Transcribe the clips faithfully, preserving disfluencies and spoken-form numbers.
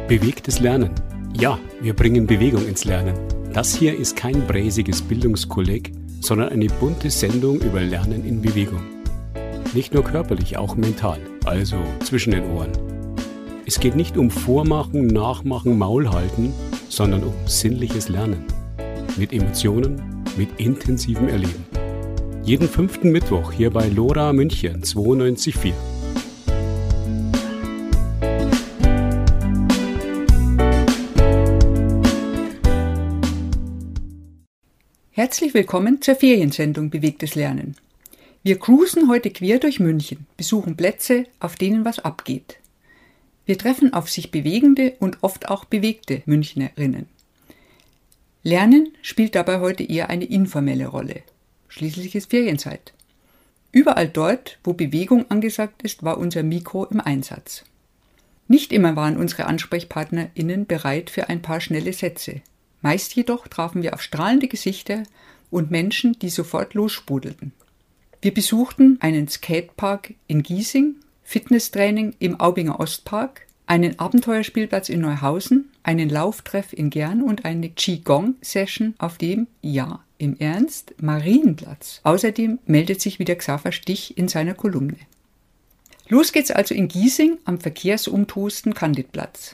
Bewegtes Lernen. Ja, wir bringen Bewegung ins Lernen. Das hier ist kein bräsiges Bildungskolleg, sondern eine bunte Sendung über Lernen in Bewegung. Nicht nur körperlich, auch mental, also zwischen den Ohren. Es geht nicht um Vormachen, Nachmachen, Maul halten, sondern um sinnliches Lernen. Mit Emotionen, mit intensivem Erleben. Jeden fünften Mittwoch hier bei LoRa München zweiundneunzig Komma vier. Herzlich willkommen zur Feriensendung Bewegtes Lernen. Wir cruisen heute quer durch München, besuchen Plätze, auf denen was abgeht. Wir treffen auf sich bewegende und oft auch bewegte Münchnerinnen. Lernen spielt dabei heute eher eine informelle Rolle. Schließlich ist Ferienzeit. Überall dort, wo Bewegung angesagt ist, war unser Mikro im Einsatz. Nicht immer waren unsere AnsprechpartnerInnen bereit für ein paar schnelle Sätze. Meist jedoch trafen wir auf strahlende Gesichter und Menschen, die sofort lossprudelten. Wir besuchten einen Skatepark in Giesing, Fitnesstraining im Aubinger Ostpark, einen Abenteuerspielplatz in Neuhausen, einen Lauftreff in Gern und eine Qigong-Session auf dem, ja, im Ernst, Marienplatz. Außerdem meldet sich wieder Xaver Stich in seiner Kolumne. Los geht's also in Giesing am verkehrsumtosten Candidplatz.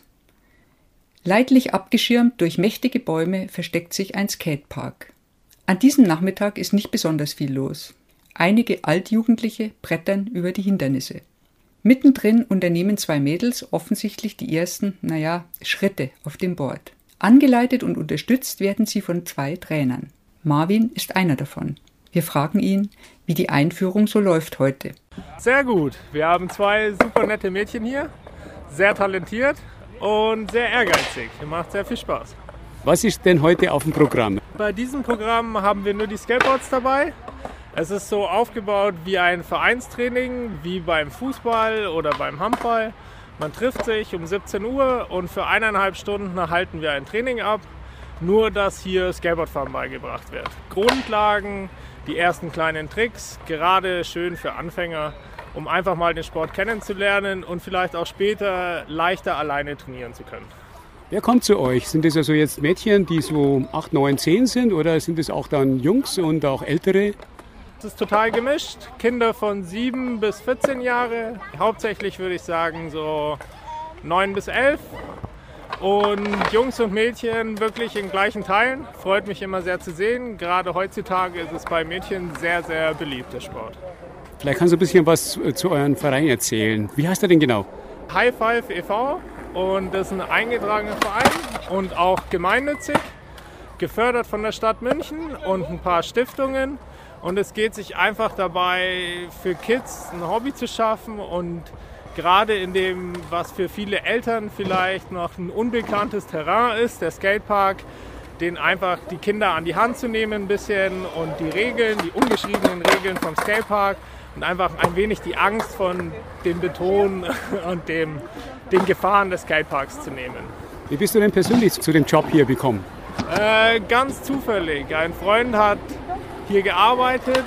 Leidlich abgeschirmt durch mächtige Bäume versteckt sich ein Skatepark. An diesem Nachmittag ist nicht besonders viel los. Einige Altjugendliche brettern über die Hindernisse. Mittendrin unternehmen zwei Mädels offensichtlich die ersten, naja, Schritte auf dem Board. Angeleitet und unterstützt werden sie von zwei Trainern. Marvin ist einer davon. Wir fragen ihn, wie die Einführung so läuft heute. Sehr gut. Wir haben zwei super nette Mädchen hier, sehr talentiert und sehr ehrgeizig. Macht sehr viel Spaß. Was ist denn heute auf dem Programm? Bei diesem Programm haben wir nur die Skateboards dabei. Es ist so aufgebaut wie ein Vereinstraining, wie beim Fußball oder beim Handball. Man trifft sich um siebzehn Uhr und für eineinhalb Stunden halten wir ein Training ab. Nur, dass hier Skateboardfahren beigebracht wird. Grundlagen, die ersten kleinen Tricks, gerade schön für Anfänger, um einfach mal den Sport kennenzulernen und vielleicht auch später leichter alleine trainieren zu können. Wer kommt zu euch? Sind das also jetzt Mädchen, die so acht, neun, zehn sind oder sind es auch dann Jungs und auch Ältere? Es ist total gemischt. Kinder von sieben bis vierzehn Jahre. Hauptsächlich würde ich sagen so neun bis elf. Und Jungs und Mädchen wirklich in gleichen Teilen. Freut mich immer sehr zu sehen. Gerade heutzutage ist es bei Mädchen sehr, sehr beliebt, der Sport. Vielleicht kannst du ein bisschen was zu euren Verein erzählen. Wie heißt er denn genau? High Five e V und das ist ein eingetragener Verein und auch gemeinnützig, gefördert von der Stadt München und ein paar Stiftungen. Und es geht sich einfach dabei, für Kids ein Hobby zu schaffen und gerade in dem, was für viele Eltern vielleicht noch ein unbekanntes Terrain ist, der Skatepark, den einfach die Kinder an die Hand zu nehmen ein bisschen und die Regeln, die ungeschriebenen Regeln vom Skatepark und einfach ein wenig die Angst von dem Beton und dem, den Gefahren des Skateparks zu nehmen. Wie bist du denn persönlich zu dem Job hier gekommen? Äh, ganz zufällig. Ein Freund hat hier gearbeitet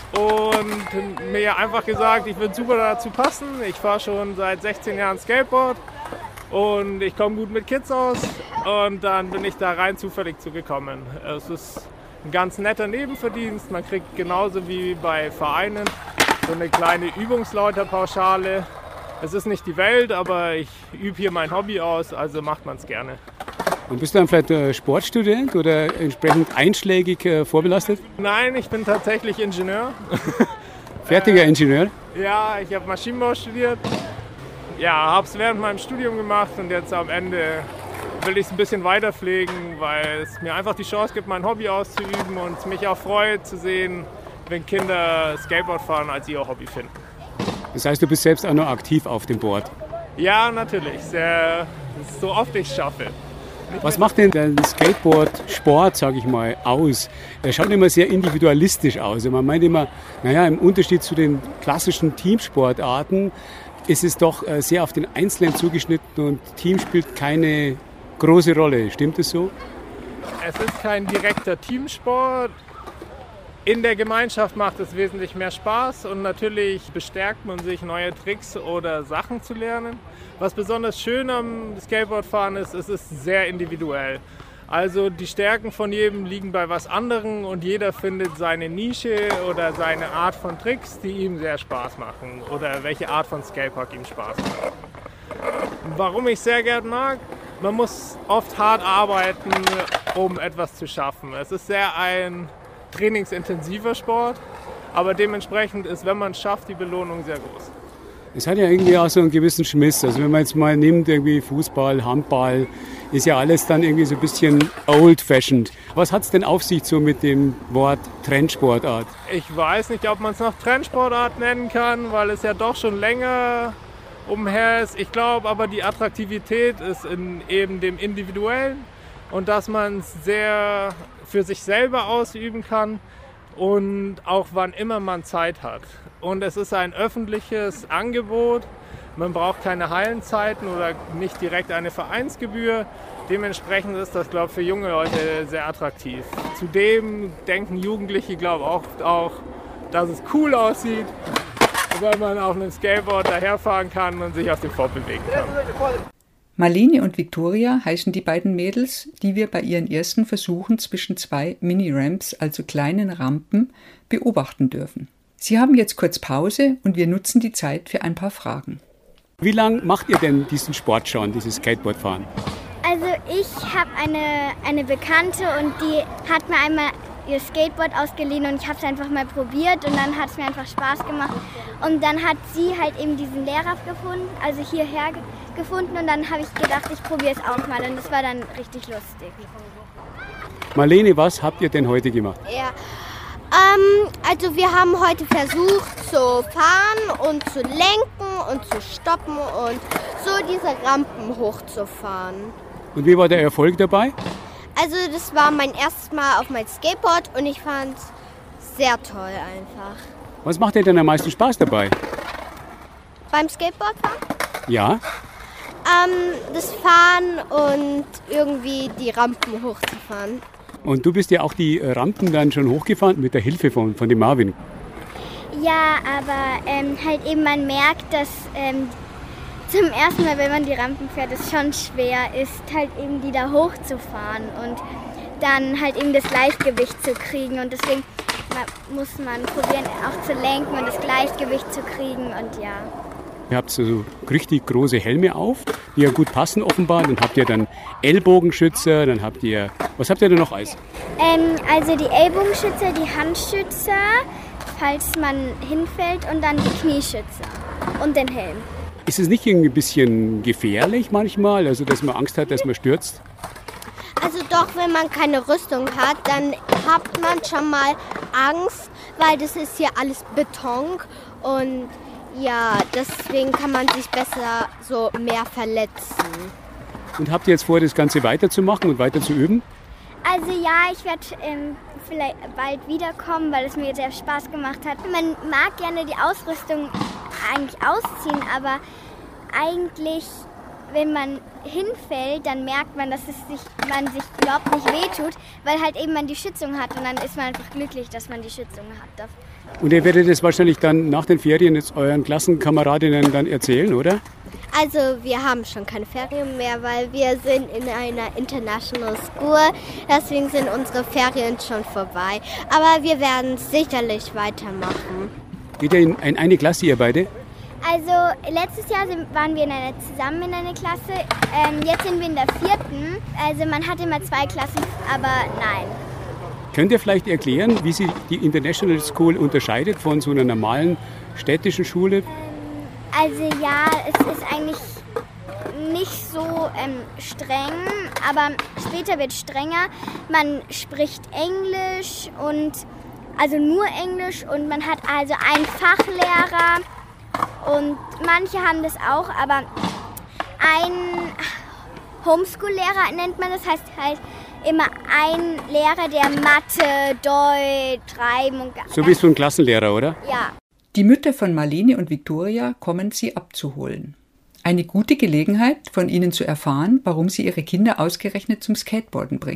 und mir einfach gesagt, ich würde super dazu passen. Ich fahre schon seit sechzehn Jahren Skateboard und ich komme gut mit Kids aus und dann bin ich da rein zufällig zugekommen. Es ist ein ganz netter Nebenverdienst. Man kriegt genauso wie bei Vereinen so eine kleine Übungsleuterpauschale. Es ist nicht die Welt, aber ich übe hier mein Hobby aus, also macht man es gerne. Und bist du dann vielleicht äh, Sportstudent oder entsprechend einschlägig äh, vorbelastet? Nein, ich bin tatsächlich Ingenieur. Fertiger äh, Ingenieur? Ja, ich habe Maschinenbau studiert. Ja, habe es während meinem Studium gemacht und jetzt am Ende will ich es ein bisschen weiter pflegen, weil es mir einfach die Chance gibt, mein Hobby auszuüben und es mich auch freut zu sehen, wenn Kinder Skateboard fahren, als ihr Hobby finden. Das heißt, du bist selbst auch noch aktiv auf dem Board? Ja, natürlich. Sehr, so oft ich es schaffe. Was macht denn der Skateboard-Sport, sage ich mal, aus? Er schaut immer sehr individualistisch aus. Man meint immer, naja, im Unterschied zu den klassischen Teamsportarten ist es doch sehr auf den Einzelnen zugeschnitten und Team spielt keine große Rolle. Stimmt es so? Es ist kein direkter Teamsport. In der Gemeinschaft macht es wesentlich mehr Spaß und natürlich bestärkt man sich, neue Tricks oder Sachen zu lernen. Was besonders schön am Skateboardfahren ist, es ist sehr individuell. Also die Stärken von jedem liegen bei was anderem und jeder findet seine Nische oder seine Art von Tricks, die ihm sehr Spaß machen oder welche Art von Skatepark ihm Spaß macht. Warum ich sehr gern mag? Man muss oft hart arbeiten, um etwas zu schaffen. Es ist sehr ein trainingsintensiver Sport, aber dementsprechend ist, wenn man es schafft, die Belohnung sehr groß. Es hat ja irgendwie auch so einen gewissen Schmiss. Also wenn man jetzt mal nimmt, irgendwie Fußball, Handball, ist ja alles dann irgendwie so ein bisschen old-fashioned. Was hat es denn auf sich so mit dem Wort Trendsportart? Ich weiß nicht, ob man es noch Trendsportart nennen kann, weil es ja doch schon länger umher ist. Ich glaube aber, die Attraktivität ist in eben dem Individuellen und dass man es sehr für sich selber ausüben kann und auch wann immer man Zeit hat. Und es ist ein öffentliches Angebot. Man braucht keine Hallenzeiten oder nicht direkt eine Vereinsgebühr. Dementsprechend ist das, glaube ich, für junge Leute sehr attraktiv. Zudem denken Jugendliche, glaube ich, oft auch, dass es cool aussieht, weil man auf einem Skateboard daherfahren kann und sich auf dem fortbewegen kann. Marlene und Victoria heißen die beiden Mädels, die wir bei ihren ersten Versuchen zwischen zwei Mini-Ramps, also kleinen Rampen, beobachten dürfen. Sie haben jetzt kurz Pause und wir nutzen die Zeit für ein paar Fragen. Wie lange macht ihr denn diesen Sport schon, dieses Skateboardfahren? Also ich habe eine, eine Bekannte und die hat mir einmal ihr Skateboard ausgeliehen und ich habe es einfach mal probiert und dann hat es mir einfach Spaß gemacht. Und dann hat sie halt eben diesen Lehrer gefunden, also hierher ge- gefunden und dann habe ich gedacht, ich probiere es auch mal und das war dann richtig lustig. Marlene, was habt ihr denn heute gemacht? Ja, ähm, also wir haben heute versucht zu fahren und zu lenken und zu stoppen und so diese Rampen hochzufahren. Und wie war der Erfolg dabei? Also das war mein erstes Mal auf mein Skateboard und ich fand es sehr toll einfach. Was macht dir denn am meisten Spaß dabei? Beim Skateboardfahren? Ja. Ähm, das Fahren und irgendwie die Rampen hochzufahren. Und du bist ja auch die Rampen dann schon hochgefahren mit der Hilfe von, von dem Marvin. Ja, aber ähm, halt eben man merkt, dass ähm, zum ersten Mal, wenn man die Rampen fährt, es schon schwer ist, halt eben die da hochzufahren und dann halt eben das Gleichgewicht zu kriegen. Und deswegen muss man probieren, auch zu lenken und das Gleichgewicht zu kriegen und ja. Ihr habt so richtig große Helme auf, die ja gut passen offenbar. Dann habt ihr dann Ellbogenschützer, dann habt ihr, was habt ihr denn noch alles? Ähm, also die Ellbogenschützer, die Handschützer, falls man hinfällt und dann die Knieschützer und den Helm. Ist es nicht irgendwie ein bisschen gefährlich manchmal, also dass man Angst hat, dass man stürzt? Also doch, wenn man keine Rüstung hat, dann hat man schon mal Angst, weil das ist hier alles Beton und ja, deswegen kann man sich besser so mehr verletzen. Und habt ihr jetzt vor, das Ganze weiterzumachen und weiter zu üben? Also ja, ich werde ähm, vielleicht bald wiederkommen, weil es mir sehr Spaß gemacht hat. Man mag gerne die Ausrüstung eigentlich ausziehen, aber eigentlich, wenn man hinfällt, dann merkt man, dass es sich, man sich überhaupt nicht wehtut, weil halt eben man die Schützung hat und dann ist man einfach glücklich, dass man die Schützung hat. Und ihr werdet das wahrscheinlich dann nach den Ferien jetzt euren Klassenkameradinnen dann erzählen, oder? Also wir haben schon keine Ferien mehr, weil wir sind in einer International School. Deswegen sind unsere Ferien schon vorbei. Aber wir werden sicherlich weitermachen. Geht ihr in eine Klasse, ihr beide? Also letztes Jahr sind, waren wir in einer, zusammen in einer Klasse. Ähm, jetzt sind wir in der vierten. Also man hat immer zwei Klassen, aber nein. Könnt ihr vielleicht erklären, wie sich die International School unterscheidet von so einer normalen städtischen Schule? Ähm, also ja, es ist eigentlich nicht so ähm, streng, aber später wird es strenger. Man spricht Englisch und also nur Englisch und man hat also einen Fachlehrer und manche haben das auch, aber ein Homeschool-Lehrer nennt man das, heißt halt immer ein Lehrer, der Mathe, Deutsch, Schreiben und... So bist du ein Klassenlehrer, oder? Ja. Die Mütter von Marlene und Victoria kommen sie abzuholen. Eine gute Gelegenheit, von ihnen zu erfahren, warum sie ihre Kinder ausgerechnet zum Skateboarden bringen.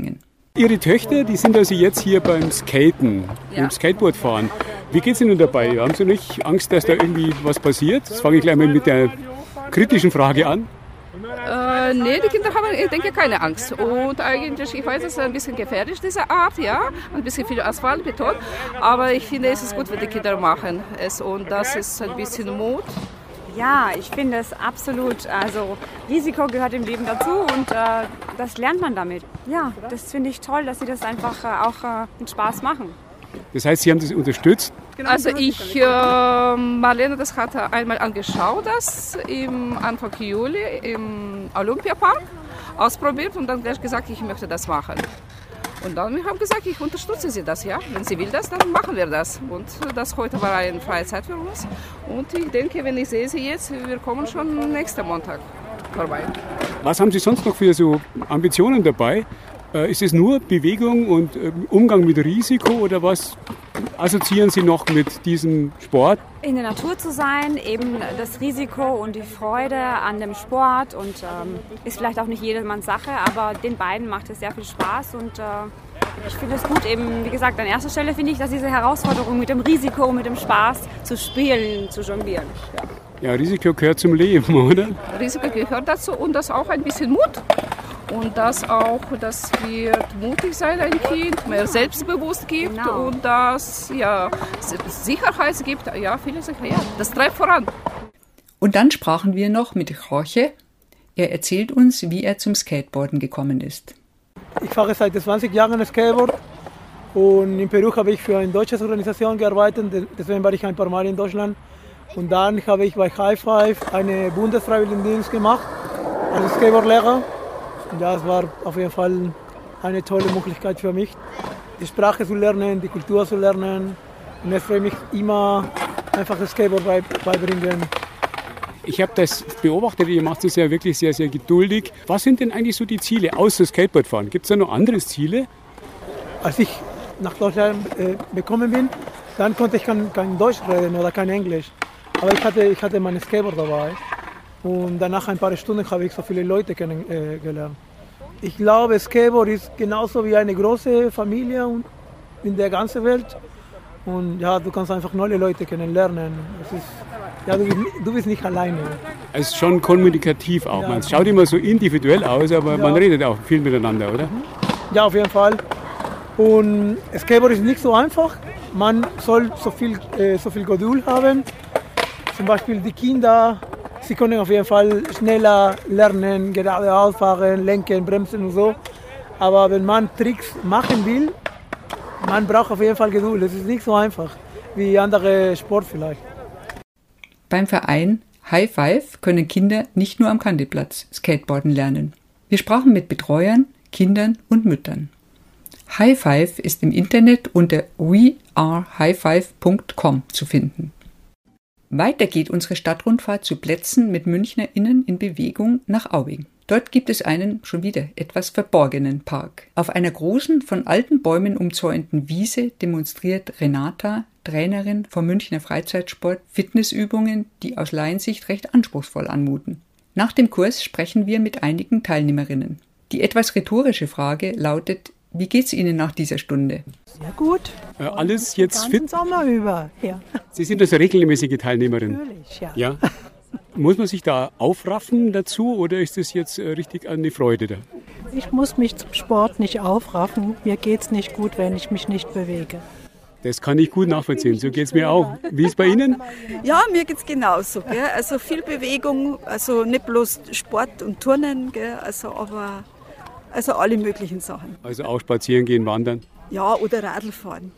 Ihre Töchter, die sind also jetzt hier beim Skaten, Ja. beim Skateboardfahren. Wie geht es Ihnen dabei? Haben Sie nicht Angst, dass da irgendwie was passiert? Das fange ich gleich mal mit der kritischen Frage an. Äh, nee, die Kinder haben, ich denke, keine Angst. Und eigentlich, ich weiß, es ist ein bisschen gefährlich, diese Art, ja. Ein bisschen viel Asphalt, Beton. Aber ich finde, es ist gut, wenn die Kinder machen es. Und das ist ein bisschen Mut. Ja, ich finde es absolut. Also Risiko gehört im Leben dazu und äh, das lernt man damit. Ja, das finde ich toll, dass sie das einfach äh, auch äh, mit Spaß machen. Das heißt, Sie haben das unterstützt? Also ich, äh, Marlene, das hat einmal angeschaut, das im Anfang Juli im Olympiapark ausprobiert und dann gleich gesagt, ich möchte das machen. Und dann haben wir gesagt, ich unterstütze sie das, ja. Wenn sie will das, dann machen wir das. Und das heute war eine freie Zeit für uns. Und ich denke, wenn ich sehe sie jetzt, wir kommen schon nächsten Montag vorbei. Was haben Sie sonst noch für so Ambitionen dabei? Äh, ist es nur Bewegung und äh, Umgang mit Risiko oder was assoziieren Sie noch mit diesem Sport? In der Natur zu sein, eben das Risiko und die Freude an dem Sport und ähm, ist vielleicht auch nicht jedermanns Sache, aber den beiden macht es sehr viel Spaß und äh, ich finde es gut, eben wie gesagt, an erster Stelle finde ich, dass diese Herausforderung mit dem Risiko, mit dem Spaß zu spielen, zu jonglieren. Ja. Ja, Risiko gehört zum Leben, oder? Risiko gehört dazu und das auch ein bisschen Mut. Und das auch, das wird mutig sein, ein Kind, mehr selbstbewusst gibt Genau. und das ja, Sicherheit gibt, ja, viele Sicherheit, ja, das treibt voran. Und dann sprachen wir noch mit Jorge. Er erzählt uns, wie er zum Skateboarden gekommen ist. Ich fahre seit zwanzig Jahren Skateboard und in Peru habe ich für eine deutsche Organisation gearbeitet, deswegen war ich ein paar Mal in Deutschland. Und dann habe ich bei High Five einen Bundesfreiwilligendienst gemacht als Skateboardlehrer. Das war auf jeden Fall eine tolle Möglichkeit für mich, die Sprache zu lernen, die Kultur zu lernen. Und es freut mich immer, einfach das Skateboard beibringen. Ich habe das beobachtet, ihr macht das ja wirklich sehr, sehr geduldig. Was sind denn eigentlich so die Ziele außer Skateboardfahren? Gibt es da noch andere Ziele? Als ich nach Deutschland äh, gekommen bin, dann konnte ich kein, kein Deutsch reden oder kein Englisch. Aber ich hatte, ich hatte mein Skateboard dabei. Und danach ein paar Stunden habe ich so viele Leute kennengelernt. Ich glaube, Skateboard ist genauso wie eine große Familie in der ganzen Welt. Und ja, du kannst einfach neue Leute kennenlernen. Das ist, ja, du, bist, du bist nicht alleine. Es ist schon kommunikativ auch. Ja. Man schaut immer so individuell aus, aber Ja. man redet auch viel miteinander, oder? Ja, auf jeden Fall. Und Skateboard ist nicht so einfach. Man soll so viel, äh, so viel Geduld haben. Zum Beispiel die Kinder. Sie können auf jeden Fall schneller lernen, geradeaus fahren, lenken, bremsen und so. Aber wenn man Tricks machen will, man braucht auf jeden Fall Geduld. Es ist nicht so einfach wie andere Sport vielleicht. Beim Verein High Five können Kinder nicht nur am Kandelplatz Skateboarden lernen. Wir sprachen mit Betreuern, Kindern und Müttern. High Five ist im Internet unter we are high five punkt com zu finden. Weiter geht unsere Stadtrundfahrt zu Plätzen mit MünchnerInnen in Bewegung nach Aubing. Dort gibt es einen, schon wieder etwas verborgenen Park. Auf einer großen, von alten Bäumen umzäunten Wiese demonstriert Renata, Trainerin vom Münchner Freizeitsport, Fitnessübungen, die aus Laiensicht recht anspruchsvoll anmuten. Nach dem Kurs sprechen wir mit einigen Teilnehmerinnen. Die etwas rhetorische Frage lautet: Wie geht's Ihnen nach dieser Stunde? Sehr gut. Äh, alles jetzt Den fit? ganzen Sommer über. Ja, Sie sind also regelmäßige Teilnehmerin. natürlich. Ja. Ja. Muss man sich da aufraffen dazu oder ist das jetzt äh, richtig eine Freude da? Ich muss mich zum Sport nicht aufraffen. Mir geht's nicht gut, wenn ich mich nicht bewege. Das kann ich gut nachvollziehen. So geht es mir auch. Wie ist es bei Ihnen? Ja, mir geht es genauso. Gell? Also viel Bewegung, also nicht bloß Sport und Turnen, gell? Also, aber also alle möglichen Sachen. Also auch spazieren gehen, wandern. Ja, oder Radl fahren.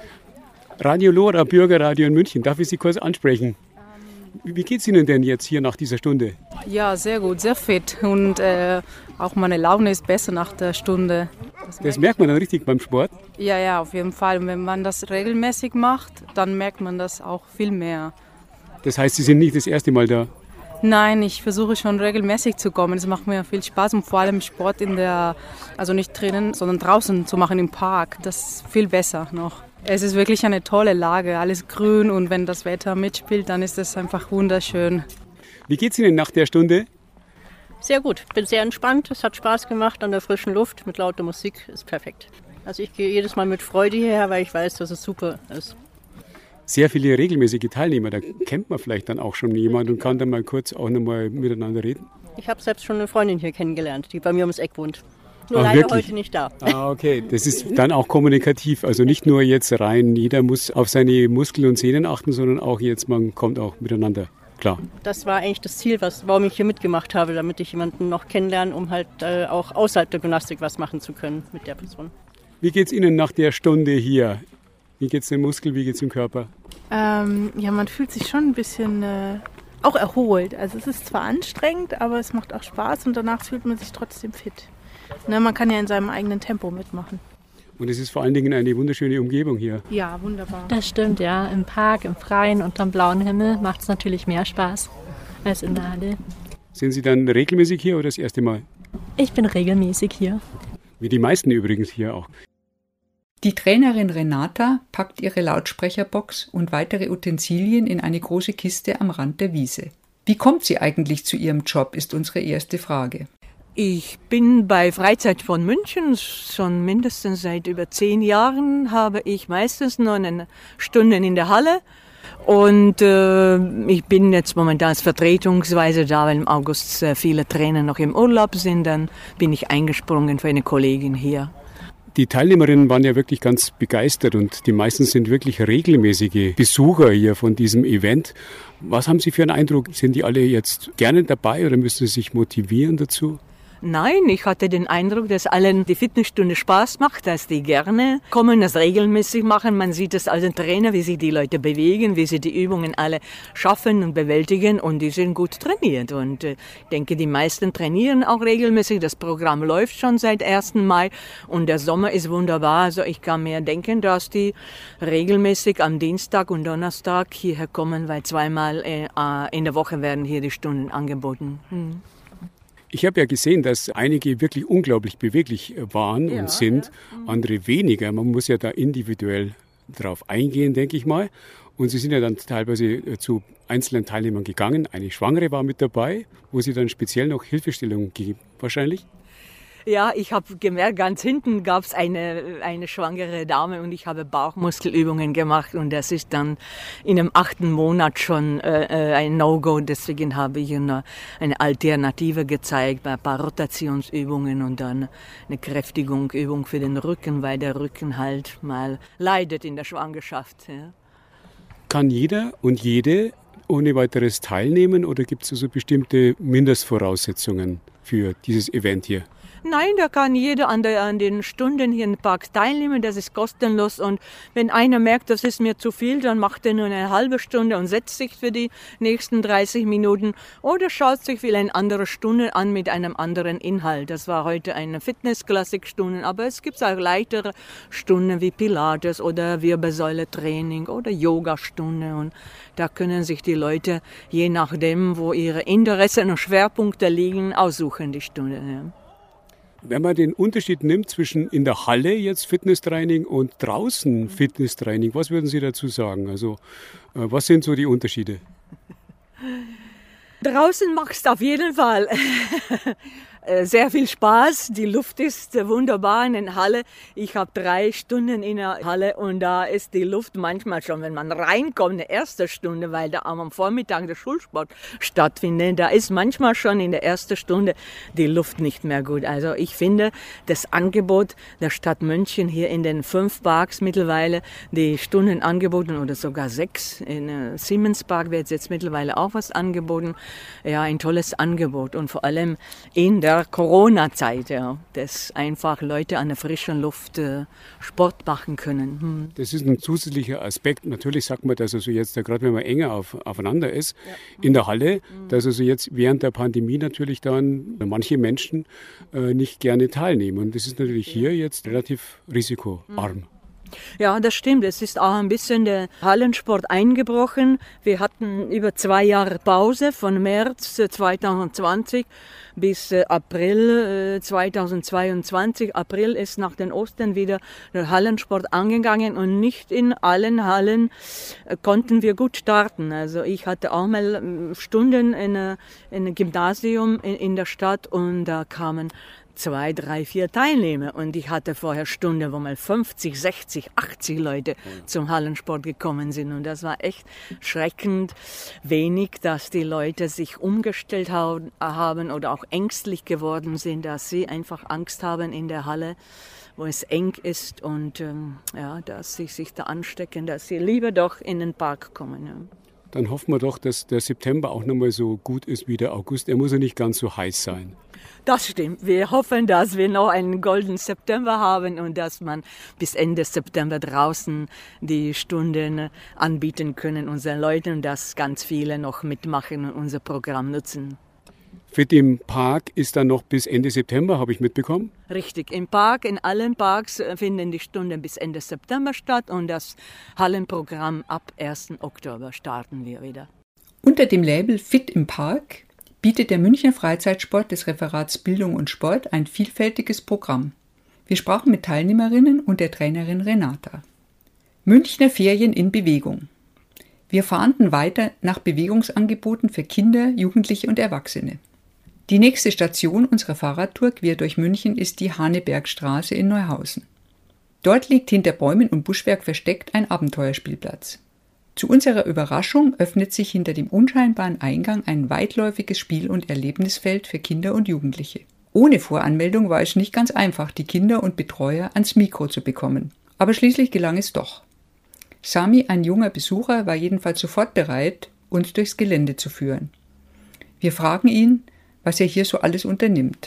Radio Lora, Bürgerradio in München. Darf ich Sie kurz ansprechen? Wie geht es Ihnen denn jetzt hier nach dieser Stunde? Ja, sehr gut, sehr fit. Und äh, auch meine Laune ist besser nach der Stunde. Das, das merkt man dann richtig beim Sport? Ja, ja, auf jeden Fall. Und wenn man das regelmäßig macht, dann merkt man das auch viel mehr. Das heißt, Sie sind nicht das erste Mal da? Nein, ich versuche schon regelmäßig zu kommen. Es macht mir viel Spaß und vor allem Sport in der, also nicht drinnen, sondern draußen zu machen im Park. Das ist viel besser noch. Es ist wirklich eine tolle Lage, alles grün und wenn das Wetter mitspielt, dann ist es einfach wunderschön. Wie geht es Ihnen nach der Stunde? Sehr gut. Ich bin sehr entspannt. Es hat Spaß gemacht an der frischen Luft mit lauter Musik. Ist perfekt. Also ich gehe jedes Mal mit Freude hierher, weil ich weiß, dass es super ist. Sehr viele regelmäßige Teilnehmer. Da kennt man vielleicht dann auch schon jemanden und kann dann mal kurz auch nochmal miteinander reden. Ich habe selbst schon eine Freundin hier kennengelernt, die bei mir ums Eck wohnt. Nur ah, leider wirklich? heute nicht da. Ah, okay. Das ist dann auch kommunikativ. Also nicht nur jetzt rein, jeder muss auf seine Muskeln und Sehnen achten, sondern auch jetzt, man kommt auch miteinander. Klar. Das war eigentlich das Ziel, was, warum ich hier mitgemacht habe, damit ich jemanden noch kennenlerne, um halt äh, auch außerhalb der Gymnastik was machen zu können mit der Person. Wie geht's Ihnen nach der Stunde hier? Wie geht's dem Muskel, wie geht's dem Körper? Ähm, ja, man fühlt sich schon ein bisschen äh, auch erholt. Also es ist zwar anstrengend, aber es macht auch Spaß und danach fühlt man sich trotzdem fit. Ne, man kann ja in seinem eigenen Tempo mitmachen. Und es ist vor allen Dingen eine wunderschöne Umgebung hier. Ja, wunderbar. Das stimmt, ja. Im Park, im Freien, unterm blauen Himmel macht es natürlich mehr Spaß als in der Halle. Sind Sie dann regelmäßig hier oder das erste Mal? Ich bin regelmäßig hier. Wie die meisten übrigens hier auch. Die Trainerin Renata packt ihre Lautsprecherbox und weitere Utensilien in eine große Kiste am Rand der Wiese. Wie kommt sie eigentlich zu ihrem Job, ist unsere erste Frage. Ich bin bei Freizeit von München schon mindestens seit über zehn Jahren, habe ich meistens neun Stunden in der Halle. Und äh, ich bin jetzt momentan vertretungsweise da, weil im August äh, viele Trainer noch im Urlaub sind. Dann bin ich eingesprungen für eine Kollegin hier. Die Teilnehmerinnen waren ja wirklich ganz begeistert und die meisten sind wirklich regelmäßige Besucher hier von diesem Event. Was haben Sie für einen Eindruck? Sind die alle jetzt gerne dabei oder müssen Sie sich motivieren dazu? Nein, ich hatte den Eindruck, dass allen die Fitnessstunde Spaß macht, dass die gerne kommen, das regelmäßig machen. Man sieht es als ein Trainer, wie sich die Leute bewegen, wie sie die Übungen alle schaffen und bewältigen und die sind gut trainiert. Und ich denke, die meisten trainieren auch regelmäßig. Das Programm läuft schon seit ersten Mai und der Sommer ist wunderbar. Also ich kann mir denken, dass die regelmäßig am Dienstag und Donnerstag hierher kommen, weil zweimal in der Woche werden hier die Stunden angeboten. Hm. Ich habe ja gesehen, dass einige wirklich unglaublich beweglich waren ja, und sind, ja. andere weniger. Man muss ja da individuell drauf eingehen, denke ich mal. Und Sie sind ja dann teilweise zu einzelnen Teilnehmern gegangen. Eine Schwangere war mit dabei, wo Sie dann speziell noch Hilfestellung geben, wahrscheinlich? Ja, ich habe gemerkt, ganz hinten gab es eine, eine schwangere Dame und ich habe Bauchmuskelübungen gemacht und das ist dann in dem achten Monat schon äh, ein No-Go. Deswegen habe ich eine, eine Alternative gezeigt, bei ein paar Rotationsübungen und dann eine Kräftigungsübung für den Rücken, weil der Rücken halt mal leidet in der Schwangerschaft. Ja. Kann jeder und jede ohne weiteres teilnehmen oder gibt es also bestimmte Mindestvoraussetzungen für dieses Event hier? Nein, da kann jeder an, der, an den Stunden hier im Park teilnehmen, das ist kostenlos und wenn einer merkt, das ist mir zu viel, dann macht er nur eine halbe Stunde und setzt sich für die nächsten dreißig Minuten oder schaut sich vielleicht eine andere Stunde an mit einem anderen Inhalt. Das war heute eine Fitness-Klassik-Stunde, aber es gibt auch leichtere Stunden wie Pilates oder Wirbelsäule-Training oder Yoga-Stunde und da können sich die Leute, je nachdem, wo ihre Interessen und Schwerpunkte liegen, aussuchen die Stunde. Ja. Wenn man den Unterschied nimmt zwischen in der Halle jetzt Fitnesstraining und draußen Fitnesstraining, was würden Sie dazu sagen? Also was sind so die Unterschiede? Draußen machst du auf jeden Fall sehr viel Spaß. Die Luft ist wunderbar in der Halle. Ich habe drei Stunden in der Halle und da ist die Luft manchmal schon, wenn man reinkommt, eine erste Stunde, weil da am Vormittag der Schulsport stattfindet. Da ist manchmal schon in der ersten Stunde die Luft nicht mehr gut. Also ich finde, das Angebot der Stadt München hier in den fünf Parks mittlerweile, die Stunden angeboten oder sogar sechs. In äh, Siemens Park wird jetzt mittlerweile auch was angeboten. Ja, ein tolles Angebot und vor allem in der Corona-Zeit, ja, dass einfach Leute an der frischen Luft äh, Sport machen können. Hm. Das ist ein zusätzlicher Aspekt. Natürlich sagt man, dass also jetzt, gerade wenn man enger auf, aufeinander ist, ja. in der Halle, mhm. dass also jetzt während der Pandemie natürlich dann manche Menschen äh, nicht gerne teilnehmen. Und das ist natürlich hier jetzt relativ risikoarm. Ja, das stimmt. Es ist auch ein bisschen der Hallensport eingebrochen. Wir hatten über zwei Jahre Pause von März zwanzig zwanzig bis April zwanzig zweiundzwanzig. April ist nach den Ostern wieder der Hallensport angegangen und nicht in allen Hallen konnten wir gut starten. Also ich hatte auch mal Stunden in einem Gymnasium in der Stadt und da kamen zwei, drei, vier Teilnehmer. Und ich hatte vorher Stunden, wo mal fünfzig, sechzig, achtzig Leute zum Hallensport gekommen sind. Und das war echt schreckend wenig, dass die Leute sich umgestellt haben oder auch ängstlich geworden sind, dass sie einfach Angst haben in der Halle, wo es eng ist und ähm, ja, dass sie sich da anstecken, dass sie lieber doch in den Park kommen. Ja. Dann hoffen wir doch, dass der September auch nochmal so gut ist wie der August. Er muss ja nicht ganz so heiß sein. Das stimmt. Wir hoffen, dass wir noch einen goldenen September haben und dass man bis Ende September draußen die Stunden anbieten können unseren Leuten und dass ganz viele noch mitmachen und unser Programm nutzen. Für den Park ist dann noch bis Ende September, habe ich mitbekommen? Richtig, im Park, in allen Parks finden die Stunden bis Ende September statt und das Hallenprogramm ab ersten Oktober starten wir wieder. Unter dem Label Fit im Park bietet der Münchner Freizeitsport des Referats Bildung und Sport ein vielfältiges Programm. Wir sprachen mit Teilnehmerinnen und der Trainerin Renata. Münchner Ferien in Bewegung. Wir fahnden weiter nach Bewegungsangeboten für Kinder, Jugendliche und Erwachsene. Die nächste Station unserer Fahrradtour quer durch München ist die Hanebergstraße in Neuhausen. Dort liegt hinter Bäumen und Buschwerk versteckt ein Abenteuerspielplatz. Zu unserer Überraschung öffnet sich hinter dem unscheinbaren Eingang ein weitläufiges Spiel- und Erlebnisfeld für Kinder und Jugendliche. Ohne Voranmeldung war es nicht ganz einfach, die Kinder und Betreuer ans Mikro zu bekommen. Aber schließlich gelang es doch. Sami, ein junger Besucher, war jedenfalls sofort bereit, uns durchs Gelände zu führen. Wir fragen ihn, was er hier so alles unternimmt.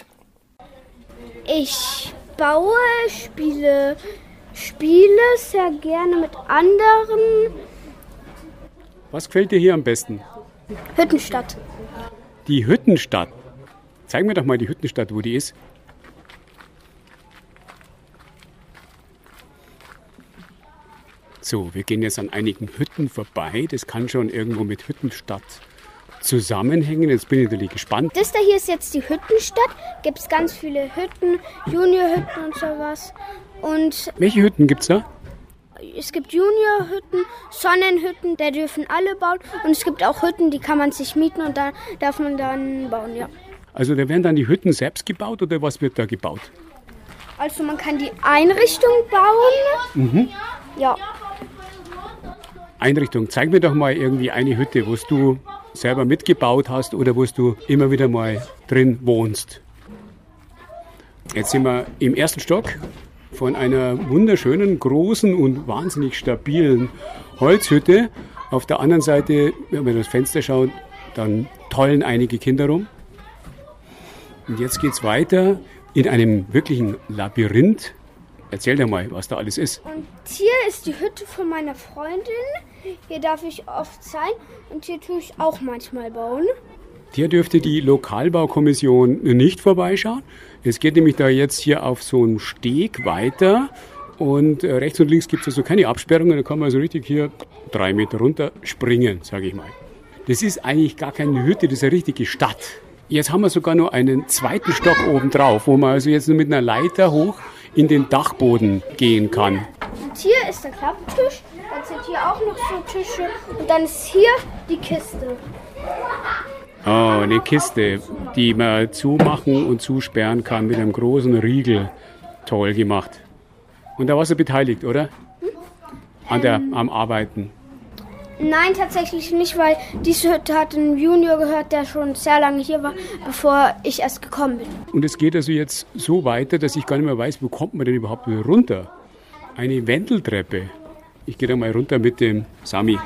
Ich baue, spiele, spiele sehr gerne mit anderen. Was gefällt dir hier am besten? Hüttenstadt. Die Hüttenstadt. Zeig mir doch mal die Hüttenstadt, wo die ist. So, wir gehen jetzt an einigen Hütten vorbei. Das kann schon irgendwo mit Hüttenstadt zusammenhängen. Jetzt bin ich natürlich gespannt. Das da hier ist jetzt die Hüttenstadt. Gibt es ganz viele Hütten, Juniorhütten und sowas. Und welche Hütten gibt es da? Es gibt Juniorhütten, Sonnenhütten, da dürfen alle bauen. Und es gibt auch Hütten, die kann man sich mieten und da darf man dann bauen, ja. Also da werden dann die Hütten selbst gebaut oder was wird da gebaut? Also man kann die Einrichtung bauen. Mhm. Ja. Einrichtung. Zeig mir doch mal irgendwie eine Hütte, wo du selber mitgebaut hast oder wo du immer wieder mal drin wohnst. Jetzt sind wir im ersten Stock von einer wunderschönen, großen und wahnsinnig stabilen Holzhütte. Auf der anderen Seite, wenn wir das Fenster schauen, dann tollen einige Kinder rum. Und jetzt geht es weiter in einem wirklichen Labyrinth. Erzähl dir mal, was da alles ist. Und hier ist die Hütte von meiner Freundin. Hier darf ich oft sein und hier tue ich auch manchmal bauen. Hier dürfte die Lokalbaukommission nicht vorbeischauen. Es geht nämlich da jetzt hier auf so einen Steg weiter und rechts und links gibt es also keine Absperrungen. Da kann man so richtig hier drei Meter runter springen, sage ich mal. Das ist eigentlich gar keine Hütte, das ist eine richtige Stadt. Jetzt haben wir sogar noch einen zweiten Stock oben drauf, wo man also jetzt nur mit einer Leiter hoch in den Dachboden gehen kann. Und hier ist der Klapptisch, dann sind hier auch noch so Tische und dann ist hier die Kiste. Oh, eine Kiste, die man zumachen und zusperren kann mit einem großen Riegel. Toll gemacht. Und da warst du beteiligt, oder? Hm? An der, ähm, am Arbeiten. Nein, tatsächlich nicht, weil diese Hütte hat ein Junior gehört, der schon sehr lange hier war, bevor ich erst gekommen bin. Und es geht also jetzt so weiter, dass ich gar nicht mehr weiß, wo kommt man denn überhaupt wieder runter? Eine Wendeltreppe. Ich gehe da mal runter mit dem Sami.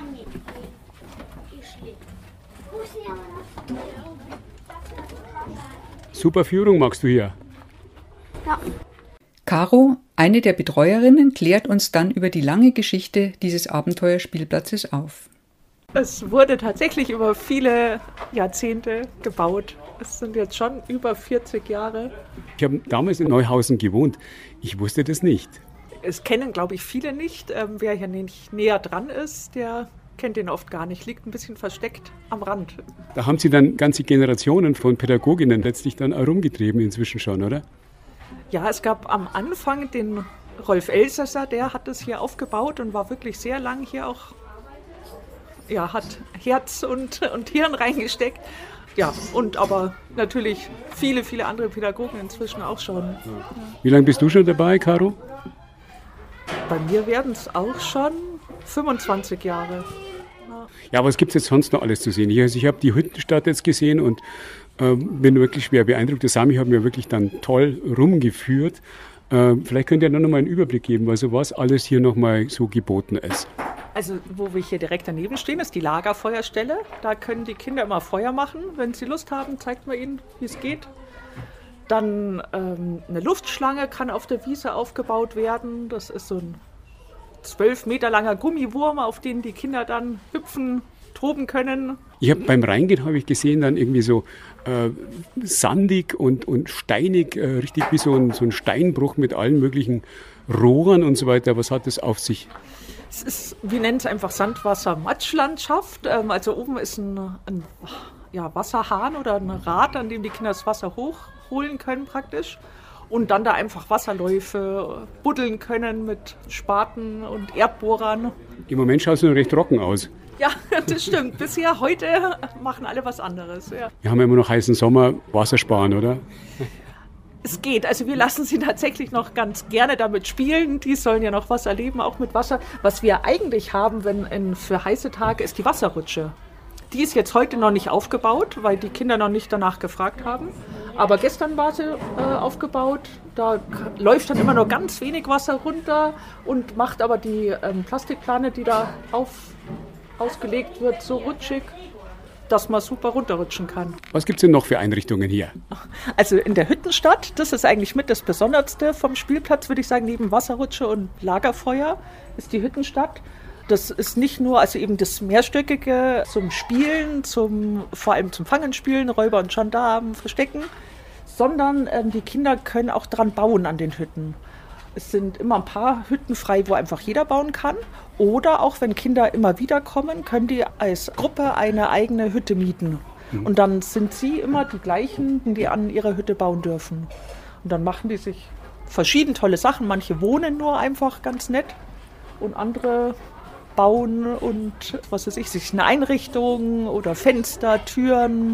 Super Führung magst du hier. Ja. Caro, eine der Betreuerinnen, klärt uns dann über die lange Geschichte dieses Abenteuerspielplatzes auf. Es wurde tatsächlich über viele Jahrzehnte gebaut. Es sind jetzt schon über vierzig Jahre. Ich habe damals in Neuhausen gewohnt. Ich wusste das nicht. Es kennen, glaube ich, viele nicht. Ähm, wer hier nicht näher dran ist, der kennt den oft gar nicht, liegt ein bisschen versteckt am Rand. Da haben Sie dann ganze Generationen von Pädagoginnen letztlich dann herumgetrieben inzwischen schon, oder? Ja, es gab am Anfang den Rolf Elsässer, der hat es hier aufgebaut und war wirklich sehr lang hier auch, ja, hat Herz und, und Hirn reingesteckt. Ja, und aber natürlich viele, viele andere Pädagogen inzwischen auch schon. Ja. Wie lange bist du schon dabei, Caro? Bei mir werden es auch schon fünfundzwanzig Jahre. Ja, aber was gibt es jetzt sonst noch alles zu sehen? Ich, also ich habe die Hüttenstadt jetzt gesehen und äh, bin wirklich schwer beeindruckt. Der Sami hat mir wirklich dann toll rumgeführt. Äh, vielleicht könnt ihr noch mal einen Überblick geben, also was alles hier noch mal so geboten ist. Also wo wir hier direkt daneben stehen, ist die Lagerfeuerstelle. Da können die Kinder immer Feuer machen. Wenn sie Lust haben, zeigt man ihnen, wie es geht. Dann ähm, eine Luftschlange kann auf der Wiese aufgebaut werden. Das ist so ein zwölf Meter langer Gummiwurm, auf den die Kinder dann hüpfen, toben können. Ich habe beim Reingehen habe ich gesehen, dann irgendwie so äh, sandig und, und steinig, äh, richtig wie so ein, so ein Steinbruch mit allen möglichen Rohren und so weiter. Was hat das auf sich? Es ist, wir nennen es einfach Sandwasser-Matschlandschaft. Ähm, also oben ist ein, ein ja, Wasserhahn oder ein Rad, an dem die Kinder das Wasser hochholen können praktisch. Und dann da einfach Wasserläufe buddeln können mit Spaten und Erdbohrern. Im Moment schaut es noch recht trocken aus. Ja, das stimmt. Bisher, heute machen alle was anderes. Ja. Wir haben ja immer noch heißen Sommer, Wasser sparen, oder? Es geht. Also wir lassen sie tatsächlich noch ganz gerne damit spielen. Die sollen ja noch was erleben, auch mit Wasser. Was wir eigentlich haben, wenn in, für heiße Tage, ist die Wasserrutsche. Die ist jetzt heute noch nicht aufgebaut, weil die Kinder noch nicht danach gefragt haben. Aber gestern war sie äh, aufgebaut. Da k- läuft dann immer nur ganz wenig Wasser runter und macht aber die ähm, Plastikplane, die da auf, ausgelegt wird, so rutschig, dass man super runterrutschen kann. Was gibt es denn noch für Einrichtungen hier? Also in der Hüttenstadt, das ist eigentlich mit das Besonderste vom Spielplatz, würde ich sagen, neben Wasserrutsche und Lagerfeuer ist die Hüttenstadt. Das ist nicht nur, also eben das Mehrstöckige zum Spielen, zum, vor allem zum Fangenspielen, Räuber und Gendarmen, Verstecken, sondern ähm, die Kinder können auch dran bauen an den Hütten. Es sind immer ein paar Hütten frei, wo einfach jeder bauen kann. Oder auch wenn Kinder immer wieder kommen, können die als Gruppe eine eigene Hütte mieten. Mhm. Und dann sind sie immer die gleichen, die an ihrer Hütte bauen dürfen. Und dann machen die sich verschieden tolle Sachen. Manche wohnen nur einfach ganz nett und andere bauen und was weiß ich, sich eine Einrichtung oder Fenster, Türen,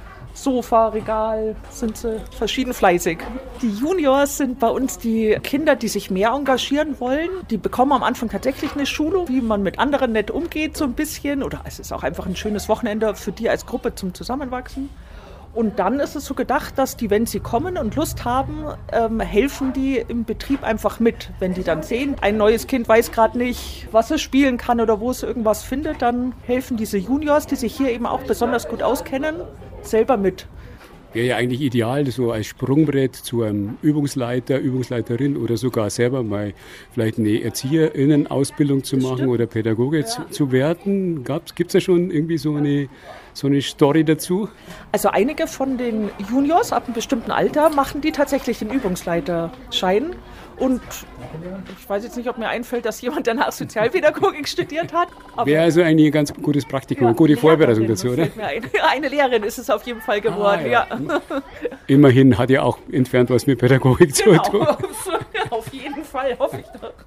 Sofa, Regal, sind sie verschieden fleißig. Die Juniors sind bei uns die Kinder, die sich mehr engagieren wollen. Die bekommen am Anfang tatsächlich eine Schulung, wie man mit anderen nett umgeht so ein bisschen. Oder es ist auch einfach ein schönes Wochenende für die als Gruppe zum Zusammenwachsen. Und dann ist es so gedacht, dass die, wenn sie kommen und Lust haben, ähm, helfen die im Betrieb einfach mit. Wenn die dann sehen, ein neues Kind weiß gerade nicht, was es spielen kann oder wo es irgendwas findet, dann helfen diese Juniors, die sich hier eben auch besonders gut auskennen, selber mit. Wäre ja eigentlich ideal, so als Sprungbrett zu einem Übungsleiter, Übungsleiterin oder sogar selber mal vielleicht eine ErzieherInnen-Ausbildung zu machen Stimmt. oder Pädagoge ja. zu, zu werden. Gibt es da schon irgendwie so eine, so eine Story dazu? Also einige von den Juniors ab einem bestimmten Alter machen die tatsächlich den Übungsleiterschein. Und ich weiß jetzt nicht, ob mir einfällt, dass jemand danach Sozialpädagogik studiert hat. Wäre also eigentlich ein ganz gutes Praktikum, ja, eine gute Vorbereitung dazu, oder? Eine, eine Lehrerin ist es auf jeden Fall geworden, ah, ja. ja. Immerhin hat ja auch entfernt was mit Pädagogik genau. zu tun. Auf jeden Fall, hoffe ich doch.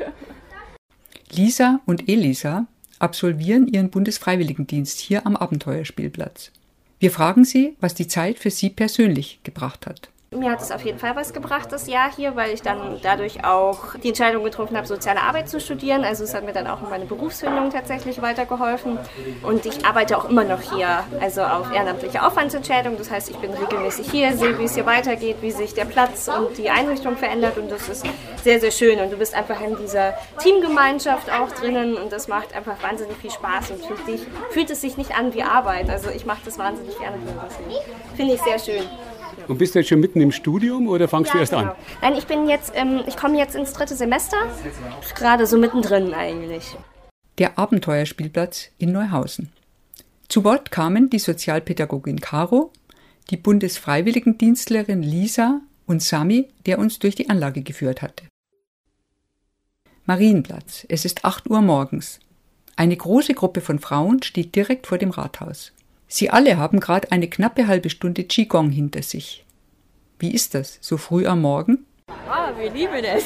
Lisa und Elisa absolvieren ihren Bundesfreiwilligendienst hier am Abenteuerspielplatz. Wir fragen sie, was die Zeit für sie persönlich gebracht hat. Mir hat es auf jeden Fall was gebracht, das Jahr hier, weil ich dann dadurch auch die Entscheidung getroffen habe, soziale Arbeit zu studieren. Also es hat mir dann auch in meiner Berufsfindung tatsächlich weitergeholfen. Und ich arbeite auch immer noch hier, also auf ehrenamtliche Aufwandsentschädigung. Das heißt, ich bin regelmäßig hier, sehe, wie es hier weitergeht, wie sich der Platz und die Einrichtung verändert. Und das ist sehr, sehr schön. Und du bist einfach in dieser Teamgemeinschaft auch drinnen. Und das macht einfach wahnsinnig viel Spaß. Und fühlt, dich, fühlt es sich nicht an wie Arbeit. Also ich mache das wahnsinnig gerne. Finde ich sehr schön. Und bist du jetzt schon mitten im Studium oder fangst ja, du erst genau. an? Nein, ich bin jetzt, ähm, ich komme jetzt ins dritte Semester, gerade so mittendrin eigentlich. Der Abenteuerspielplatz in Neuhausen. Zu Wort kamen die Sozialpädagogin Caro, die Bundesfreiwilligendienstlerin Lisa und Sami, der uns durch die Anlage geführt hatte. Marienplatz. Es ist acht Uhr morgens. Eine große Gruppe von Frauen steht direkt vor dem Rathaus. Sie alle haben gerade eine knappe halbe Stunde Qigong hinter sich. Wie ist das, so früh am Morgen? Ah, wir lieben es.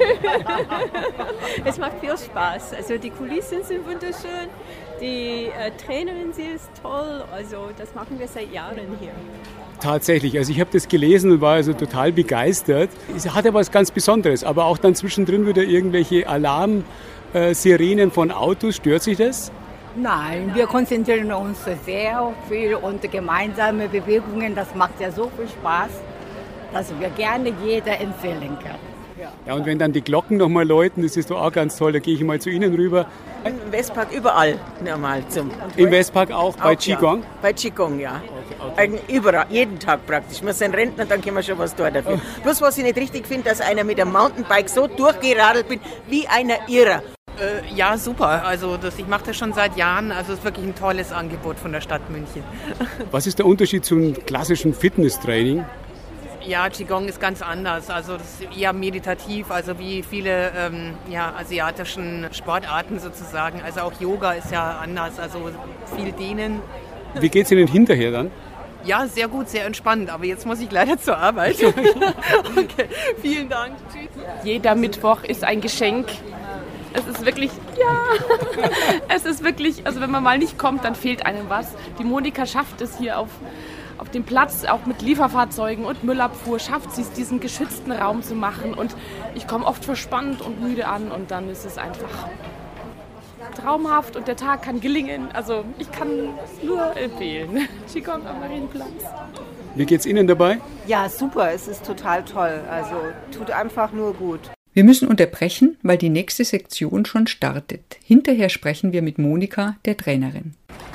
Es macht viel Spaß. Also die Kulissen sind wunderschön, die äh, Trainerin, sie ist toll. Also das machen wir seit Jahren hier. Tatsächlich, also ich habe das gelesen und war also total begeistert. Es hat ja was ganz Besonderes, aber auch dann zwischendrin wieder irgendwelche Alarmsirenen von Autos. Stört sich das? Nein, wir konzentrieren uns sehr viel und gemeinsame Bewegungen, das macht ja so viel Spaß, dass wir gerne jeder empfehlen können. Ja. Ja, und wenn dann die Glocken nochmal läuten, das ist doch auch ganz toll, da gehe ich mal zu Ihnen rüber. Im Westpark überall normal zum. Im Westpark auch, bei auch, Qigong? Ja. Bei Qigong, ja. Okay, okay. Eigentlich überall, jeden Tag praktisch. Wir sind Rentner, dann können wir schon was tun dafür. Oh. Bloß was ich nicht richtig finde, dass einer mit einem Mountainbike so durchgeradelt bin, wie einer Irrer. Äh, ja, super. Also das, ich mache das schon seit Jahren. Also es ist wirklich ein tolles Angebot von der Stadt München. Was ist der Unterschied zum klassischen Fitnesstraining? Ja, Qigong ist ganz anders. Also das ist eher meditativ, also wie viele ähm, ja, asiatischen Sportarten sozusagen. Also auch Yoga ist ja anders, also viel dehnen. Wie geht's Ihnen hinterher dann? Ja, sehr gut, sehr entspannt. Aber jetzt muss ich leider zur Arbeit. Okay, vielen Dank. Tschüss. Jeder Mittwoch ist ein Geschenk. Es ist wirklich, ja, es ist wirklich, also wenn man mal nicht kommt, dann fehlt einem was. Die Monika schafft es hier auf, auf dem Platz, auch mit Lieferfahrzeugen und Müllabfuhr, schafft sie es, diesen geschützten Raum zu machen. Und ich komme oft verspannt und müde an und dann ist es einfach traumhaft und der Tag kann gelingen. Also ich kann es nur empfehlen. Qigong am Marienplatz. Wie geht's Ihnen dabei? Ja, super, es ist total toll. Also tut einfach nur gut. Wir müssen unterbrechen, weil die nächste Sektion schon startet. Hinterher sprechen wir mit Monika, der Trainerin.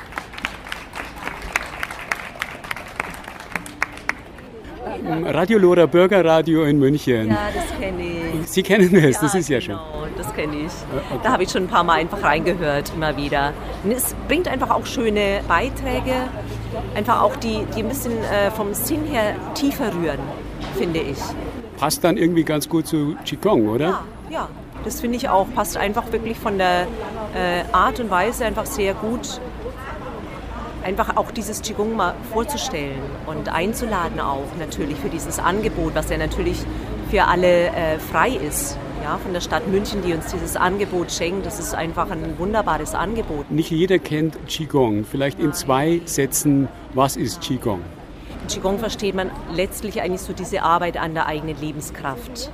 Radio Lora Bürgerradio in München. Ja, das kenne ich. Sie kennen das, ja, das ist ja genau, schön. Das kenne ich. Okay. Da habe ich schon ein paar Mal einfach reingehört, immer wieder. Und es bringt einfach auch schöne Beiträge, einfach auch die, die ein bisschen äh, vom Sinn her tiefer rühren, finde ich. Passt dann irgendwie ganz gut zu Qigong, oder? Ja, ja, das finde ich auch. Passt einfach wirklich von der äh, Art und Weise einfach sehr gut, einfach auch dieses Qigong mal vorzustellen und einzuladen auch natürlich für dieses Angebot, was ja natürlich für alle äh, frei ist. Ja, von der Stadt München, die uns dieses Angebot schenkt. Das ist einfach ein wunderbares Angebot. Nicht jeder kennt Qigong. Vielleicht in zwei Sätzen, was ist Qigong? Qigong versteht man letztlich eigentlich so diese Arbeit an der eigenen Lebenskraft.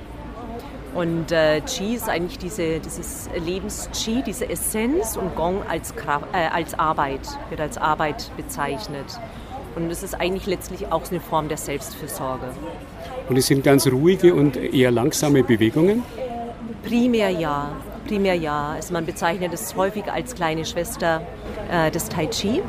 Und äh, Qi ist eigentlich diese, dieses Lebens-Qi, diese Essenz und Gong als, Kraft, äh, als Arbeit, wird als Arbeit bezeichnet. Und es ist eigentlich letztlich auch eine Form der Selbstfürsorge. Und es sind ganz ruhige und eher langsame Bewegungen? Primär ja, primär ja. Also man bezeichnet es häufig als kleine Schwester äh, des Tai Chi.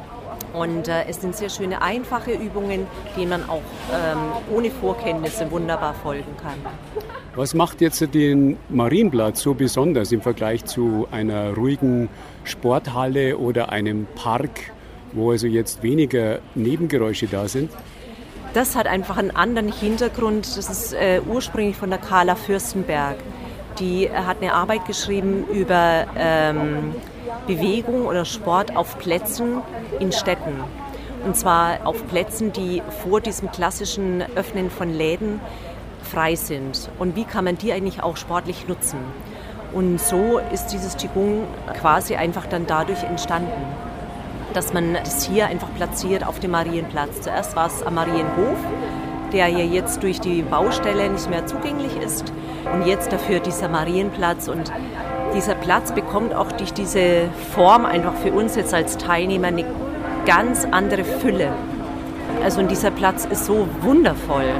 Und äh, es sind sehr schöne, einfache Übungen, denen man auch ähm, ohne Vorkenntnisse wunderbar folgen kann. Was macht jetzt den Marienplatz so besonders im Vergleich zu einer ruhigen Sporthalle oder einem Park, wo also jetzt weniger Nebengeräusche da sind? Das hat einfach einen anderen Hintergrund. Das ist äh, ursprünglich von der Carla Fürstenberg. Die hat eine Arbeit geschrieben über ähm, Bewegung oder Sport auf Plätzen in Städten. Und zwar auf Plätzen, die vor diesem klassischen Öffnen von Läden frei sind. Und wie kann man die eigentlich auch sportlich nutzen? Und so ist dieses Qigong quasi einfach dann dadurch entstanden, dass man das hier einfach platziert auf dem Marienplatz. Zuerst war es am Marienhof, der ja jetzt durch die Baustelle nicht mehr zugänglich ist. Und jetzt dafür dieser Marienplatz. Und dieser Platz bekommt auch durch diese Form einfach für uns jetzt als Teilnehmer eine ganz andere Fülle. Also und dieser Platz ist so wundervoll.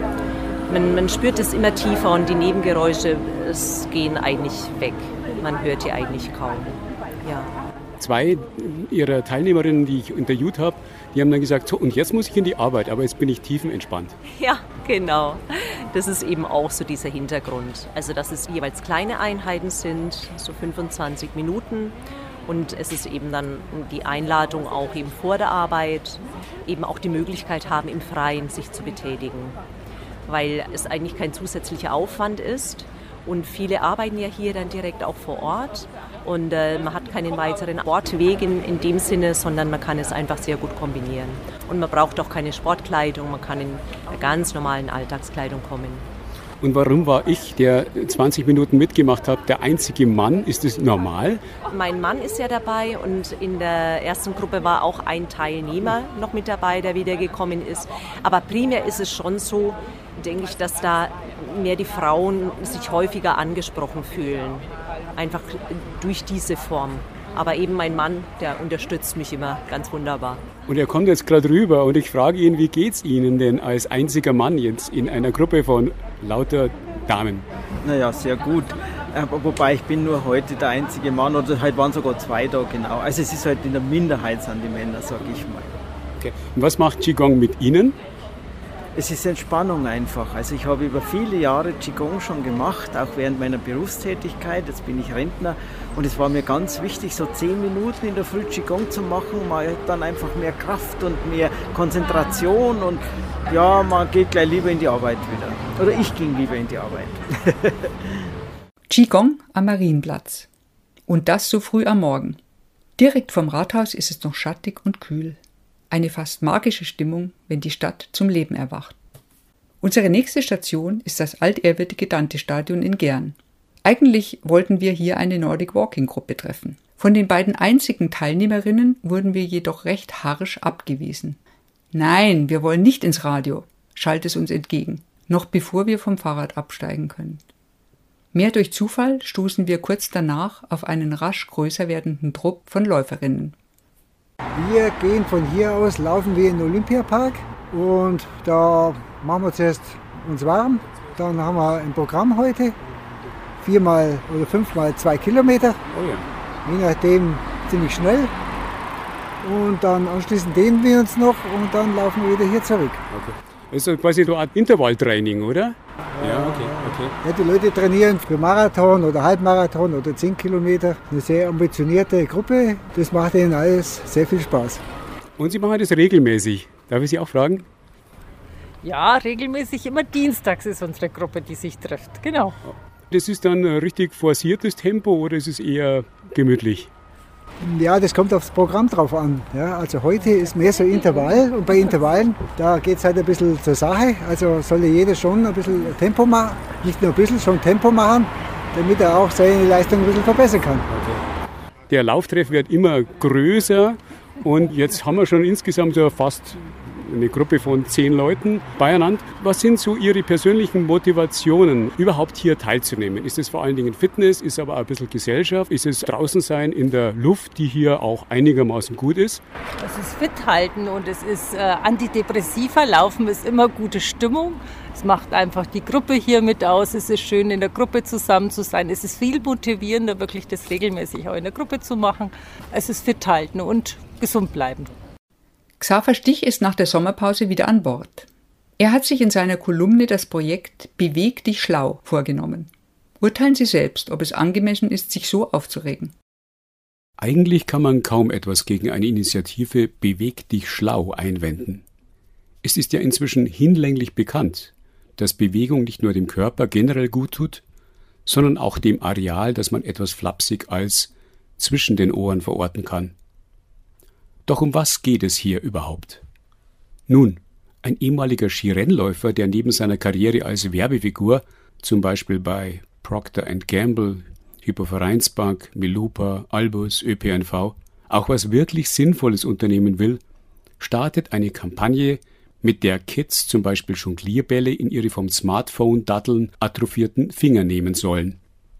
Man, man spürt es immer tiefer und die Nebengeräusche es gehen eigentlich weg. Man hört die eigentlich kaum. Ja. Zwei ihrer Teilnehmerinnen, die ich interviewt habe, die haben dann gesagt, so und jetzt muss ich in die Arbeit, aber jetzt bin ich tiefenentspannt. Ja, genau. Das ist eben auch so dieser Hintergrund. Also dass es jeweils kleine Einheiten sind, so fünfundzwanzig Minuten. Und es ist eben dann die Einladung auch eben vor der Arbeit, eben auch die Möglichkeit haben, im Freien sich zu betätigen. Weil es eigentlich kein zusätzlicher Aufwand ist Und viele arbeiten ja hier dann direkt auch vor Ort. Und äh, man hat keinen weiteren Sportweg in, in dem Sinne, sondern man kann es einfach sehr gut kombinieren. Und man braucht auch keine Sportkleidung, man kann in einer ganz normalen Alltagskleidung kommen. Und warum war ich, der zwanzig Minuten mitgemacht hat, der einzige Mann? Ist das normal? Mein Mann ist ja dabei und in der ersten Gruppe war auch ein Teilnehmer noch mit dabei, der wiedergekommen ist. Aber primär ist es schon so, denke ich, dass da mehr die Frauen sich häufiger angesprochen fühlen. Einfach durch diese Form. Aber eben mein Mann, der unterstützt mich immer ganz wunderbar. Und er kommt jetzt gerade rüber und ich frage ihn, wie geht's Ihnen denn als einziger Mann jetzt in einer Gruppe von lauter Damen? Naja, sehr gut. Aber wobei ich bin nur heute der einzige Mann oder heute waren sogar zwei da genau. Also es ist halt in der Minderheit sind die Männer, sage ich mal. Okay. Und was macht Qigong mit Ihnen? Es ist Entspannung einfach. Also ich habe über viele Jahre Qigong schon gemacht, auch während meiner Berufstätigkeit. Jetzt bin ich Rentner und es war mir ganz wichtig, so zehn Minuten in der Früh Qigong zu machen. Man hat dann einfach mehr Kraft und mehr Konzentration und ja, man geht gleich lieber in die Arbeit wieder. Oder ich ging lieber in die Arbeit. Qigong am Marienplatz. Und das so früh am Morgen. Direkt vom Rathaus ist es noch schattig und kühl. Eine fast magische Stimmung, wenn die Stadt zum Leben erwacht. Unsere nächste Station ist das altehrwürdige Dante-Stadion in Gern. Eigentlich wollten wir hier eine Nordic Walking-Gruppe treffen. Von den beiden einzigen Teilnehmerinnen wurden wir jedoch recht harsch abgewiesen. Nein, wir wollen nicht ins Radio, schallt es uns entgegen, noch bevor wir vom Fahrrad absteigen können. Mehr durch Zufall stoßen wir kurz danach auf einen rasch größer werdenden Trupp von Läuferinnen. Wir gehen von hier aus, laufen wir in den Olympiapark und da machen wir zuerst uns warm. Dann haben wir ein Programm heute, viermal oder fünfmal zwei Kilometer, oh ja. Je nachdem ziemlich schnell. Und dann anschließend dehnen wir uns noch und dann laufen wir wieder hier zurück. Okay. Also quasi so eine Art Intervalltraining, oder? Ja, okay, okay. Ja, die Leute trainieren für Marathon oder Halbmarathon oder zehn Kilometer. Eine sehr ambitionierte Gruppe. Das macht ihnen alles sehr viel Spaß. Und Sie machen das regelmäßig. Darf ich Sie auch fragen? Ja, regelmäßig. Immer dienstags ist unsere Gruppe, die sich trifft. Genau. Das ist dann ein richtig forciertes Tempo oder ist es eher gemütlich? Ja, das kommt aufs Programm drauf an. Ja, also heute ist mehr so Intervall und bei Intervallen, da geht es halt ein bisschen zur Sache. Also soll jeder schon ein bisschen Tempo machen, nicht nur ein bisschen, schon Tempo machen, damit er auch seine Leistung ein bisschen verbessern kann. Okay. Der Lauftreff wird immer größer und jetzt haben wir schon insgesamt so fast eine Gruppe von zehn Leuten beieinander. Was sind so Ihre persönlichen Motivationen, überhaupt hier teilzunehmen? Ist es vor allen Dingen Fitness, ist aber auch ein bisschen Gesellschaft? Ist es draußen sein in der Luft, die hier auch einigermaßen gut ist? Es ist fit halten und es ist äh, Antidepressiva. Laufen ist immer gute Stimmung. Es macht einfach die Gruppe hier mit aus. Es ist schön, in der Gruppe zusammen zu sein. Es ist viel motivierender, wirklich das regelmäßig auch in der Gruppe zu machen. Es ist fit halten und gesund bleiben. Xaver Stich ist nach der Sommerpause wieder an Bord. Er hat sich in seiner Kolumne das Projekt Beweg dich schlau vorgenommen. Urteilen Sie selbst, ob es angemessen ist, sich so aufzuregen. Eigentlich kann man kaum etwas gegen eine Initiative Beweg dich schlau einwenden. Es ist ja inzwischen hinlänglich bekannt, dass Bewegung nicht nur dem Körper generell gut tut, sondern auch dem Areal, das man etwas flapsig als zwischen den Ohren verorten kann. Doch um was geht es hier überhaupt? Nun, ein ehemaliger Skirennläufer, der neben seiner Karriere als Werbefigur, zum Beispiel bei Procter and Gamble, Hypo Vereinsbank, Milupa, Albus, Ö P N V, auch was wirklich Sinnvolles unternehmen will, startet eine Kampagne, mit der Kids zum Beispiel Jonglierbälle in ihre vom Smartphone-Datteln atrophierten Finger nehmen sollen.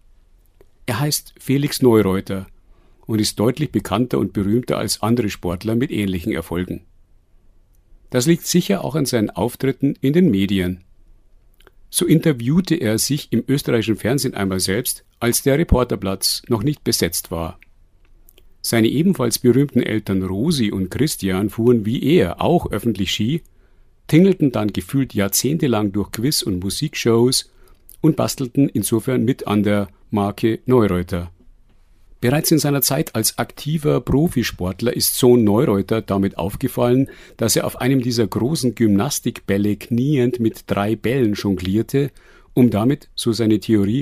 Er heißt Felix Neureuter und ist deutlich bekannter und berühmter als andere Sportler mit ähnlichen Erfolgen. Das liegt sicher auch an seinen Auftritten in den Medien. So interviewte er sich im österreichischen Fernsehen einmal selbst, als der Reporterplatz noch nicht besetzt war. Seine ebenfalls berühmten Eltern Rosi und Christian fuhren wie er auch öffentlich Ski, tingelten dann gefühlt jahrzehntelang durch Quiz- und Musikshows und bastelten insofern mit an der Marke Neureuter. Bereits in seiner Zeit als aktiver Profisportler ist Sohn Neureuter damit aufgefallen, dass er auf einem dieser großen Gymnastikbälle kniend mit drei Bällen jonglierte, um damit, so seine Theorie,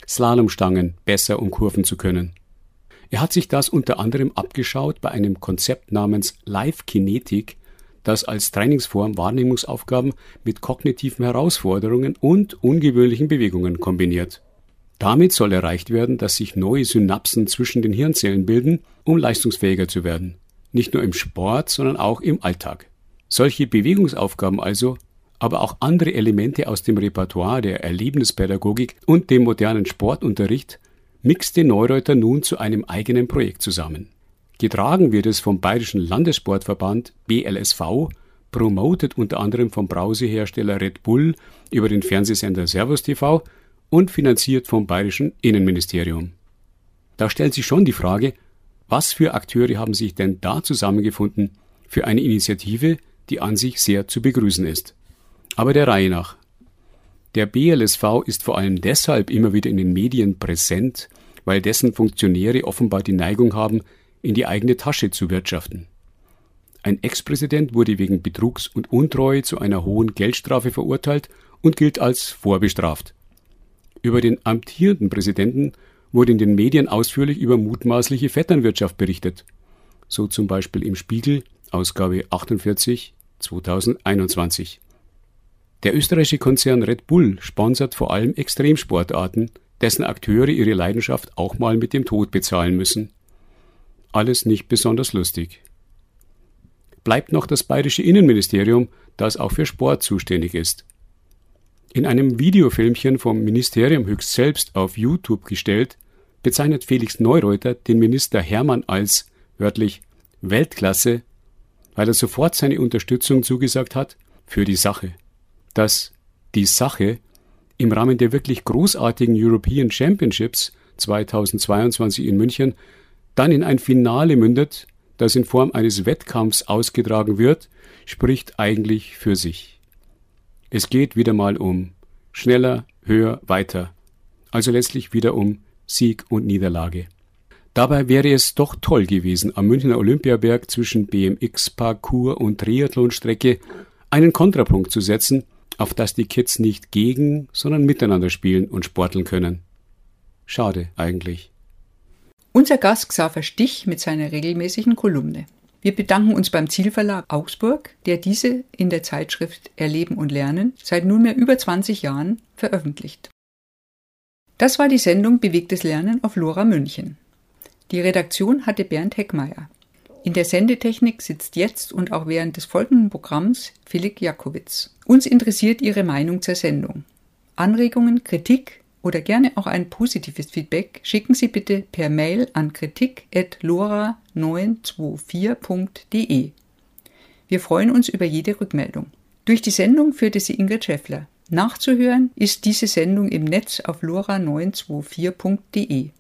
Slalomstangen besser umkurven zu können. Er hat sich das unter anderem abgeschaut bei einem Konzept namens Live Kinetik, das als Trainingsform Wahrnehmungsaufgaben mit kognitiven Herausforderungen und ungewöhnlichen Bewegungen kombiniert. Damit soll erreicht werden, dass sich neue Synapsen zwischen den Hirnzellen bilden, um leistungsfähiger zu werden. Nicht nur im Sport, sondern auch im Alltag. Solche Bewegungsaufgaben also, aber auch andere Elemente aus dem Repertoire der Erlebnispädagogik und dem modernen Sportunterricht mixte Neureuter nun zu einem eigenen Projekt zusammen. Getragen wird es vom Bayerischen Landessportverband B L S V, promotet unter anderem vom Brausehersteller Red Bull über den Fernsehsender Servus T V und finanziert vom Bayerischen Innenministerium. Da stellt sich schon die Frage, was für Akteure haben sich denn da zusammengefunden für eine Initiative, die an sich sehr zu begrüßen ist. Aber der Reihe nach. Der B L S V ist vor allem deshalb immer wieder in den Medien präsent, weil dessen Funktionäre offenbar die Neigung haben, in die eigene Tasche zu wirtschaften. Ein Ex-Präsident wurde wegen Betrugs und Untreue zu einer hohen Geldstrafe verurteilt und gilt als vorbestraft. Über den amtierenden Präsidenten wurde in den Medien ausführlich über mutmaßliche Vetternwirtschaft berichtet. So zum Beispiel im Spiegel, Ausgabe achtundvierzig, zweitausendeinundzwanzig. Der österreichische Konzern Red Bull sponsert vor allem Extremsportarten, dessen Akteure ihre Leidenschaft auch mal mit dem Tod bezahlen müssen. Alles nicht besonders lustig. Bleibt noch das Bayerische Innenministerium, das auch für Sport zuständig ist. In einem Videofilmchen vom Ministerium höchst selbst auf YouTube gestellt, bezeichnet Felix Neureuter den Minister Hermann als, wörtlich, Weltklasse, weil er sofort seine Unterstützung zugesagt hat für die Sache. Dass die Sache im Rahmen der wirklich großartigen European Championships zweitausendzweiundzwanzig in München dann in ein Finale mündet, das in Form eines Wettkampfs ausgetragen wird, spricht eigentlich für sich. Es geht wieder mal um schneller, höher, weiter, also letztlich wieder um Sieg und Niederlage. Dabei wäre es doch toll gewesen, am Münchner Olympiaberg zwischen B M X-Parcours und Triathlonstrecke einen Kontrapunkt zu setzen, auf das die Kids nicht gegen, sondern miteinander spielen und sporteln können. Schade eigentlich. Unser Gast Xaver Stich mit seiner regelmäßigen Kolumne. Wir bedanken uns beim Zielverlag Augsburg, der diese in der Zeitschrift Erleben und Lernen seit nunmehr über zwanzig Jahren veröffentlicht. Das war die Sendung Bewegtes Lernen auf LoRa München. Die Redaktion hatte Bernd Heckmeier. In der Sendetechnik sitzt jetzt und auch während des folgenden Programms Philipp Jakowitz. Uns interessiert Ihre Meinung zur Sendung. Anregungen, Kritik oder gerne auch ein positives Feedback schicken Sie bitte per Mail an kritik at lora neun zwei vier punkt de. Wir freuen uns über jede Rückmeldung. Durch die Sendung führte sie Ingrid Schäffler. Nachzuhören ist diese Sendung im Netz auf lora neun zwei vier punkt de.